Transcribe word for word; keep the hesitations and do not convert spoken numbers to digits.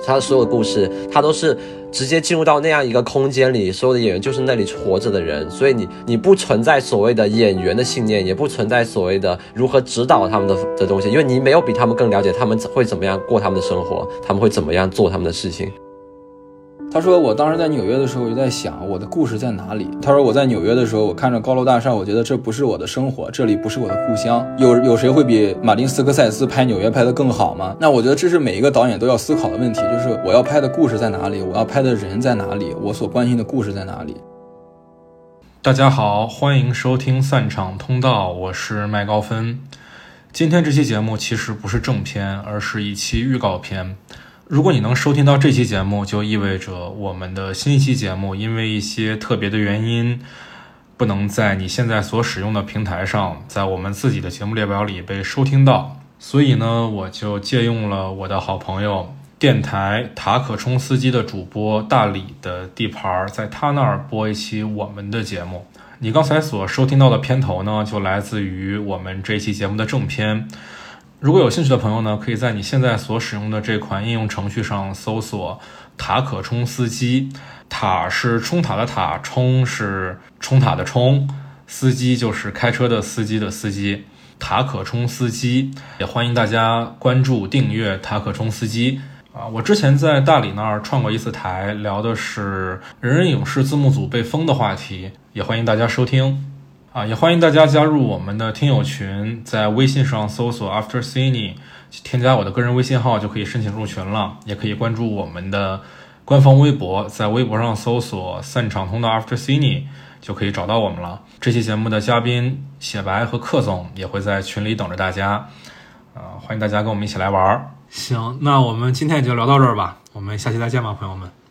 他所有的故事他都是直接进入到那样一个空间里，所有的演员就是那里活着的人，所以你你不存在所谓的演员的信念，也不存在所谓的如何指导他们的的东西，因为你没有比他们更了解他们会怎么样过他们的生活，他们会怎么样做他们的事情。 他说我当时在纽约的时候我就在想我的故事在哪里。他说我在纽约的时候我看着高楼大厦，我觉得这不是我的生活，这里不是我的故乡。有有谁会比马丁斯科塞斯拍纽约拍得更好吗？那我觉得这是每一个导演都要思考的问题，就是我要拍的故事在哪里，我要拍的人在哪里，我所关心的故事在哪里。 大家好，欢迎收听散场通道，我是麦高芬。今天这期节目其实不是正片，而是一期预告片。如果你能收听到这期节目，就意味着我们的新一期节目因为一些特别的原因不能在你现在所使用的平台上，在我们自己的节目列表里被收听到。所以呢，我就借用了我的好朋友电台塔可冲司机的主播大李的地盘，在他那儿播一期我们的节目。你刚才所收听到的片头呢，就来自于我们这一期节目的正片。如果有兴趣的朋友呢，可以在你现在所使用的这款应用程序上搜索塔可冲司机。塔是冲塔的塔，冲是冲塔的冲，司机就是开车的司机的司机，塔可冲司机。也欢迎大家关注订阅塔可冲司机啊！我之前在大理那儿创过一次台，聊的是人人影视字幕组被封的话题，也欢迎大家收听啊！也欢迎大家加入我们的听友群，在微信上搜索 After Cine， 添加我的个人微信号就可以申请入群了。也可以关注我们的官方微博，在微博上搜索散场通道 After Cine 就可以找到我们了。这期节目的嘉宾雪白和克总也会在群里等着大家，啊，欢迎大家跟我们一起来玩。行，那我们今天就聊到这儿吧，我们下期再见吧，朋友们。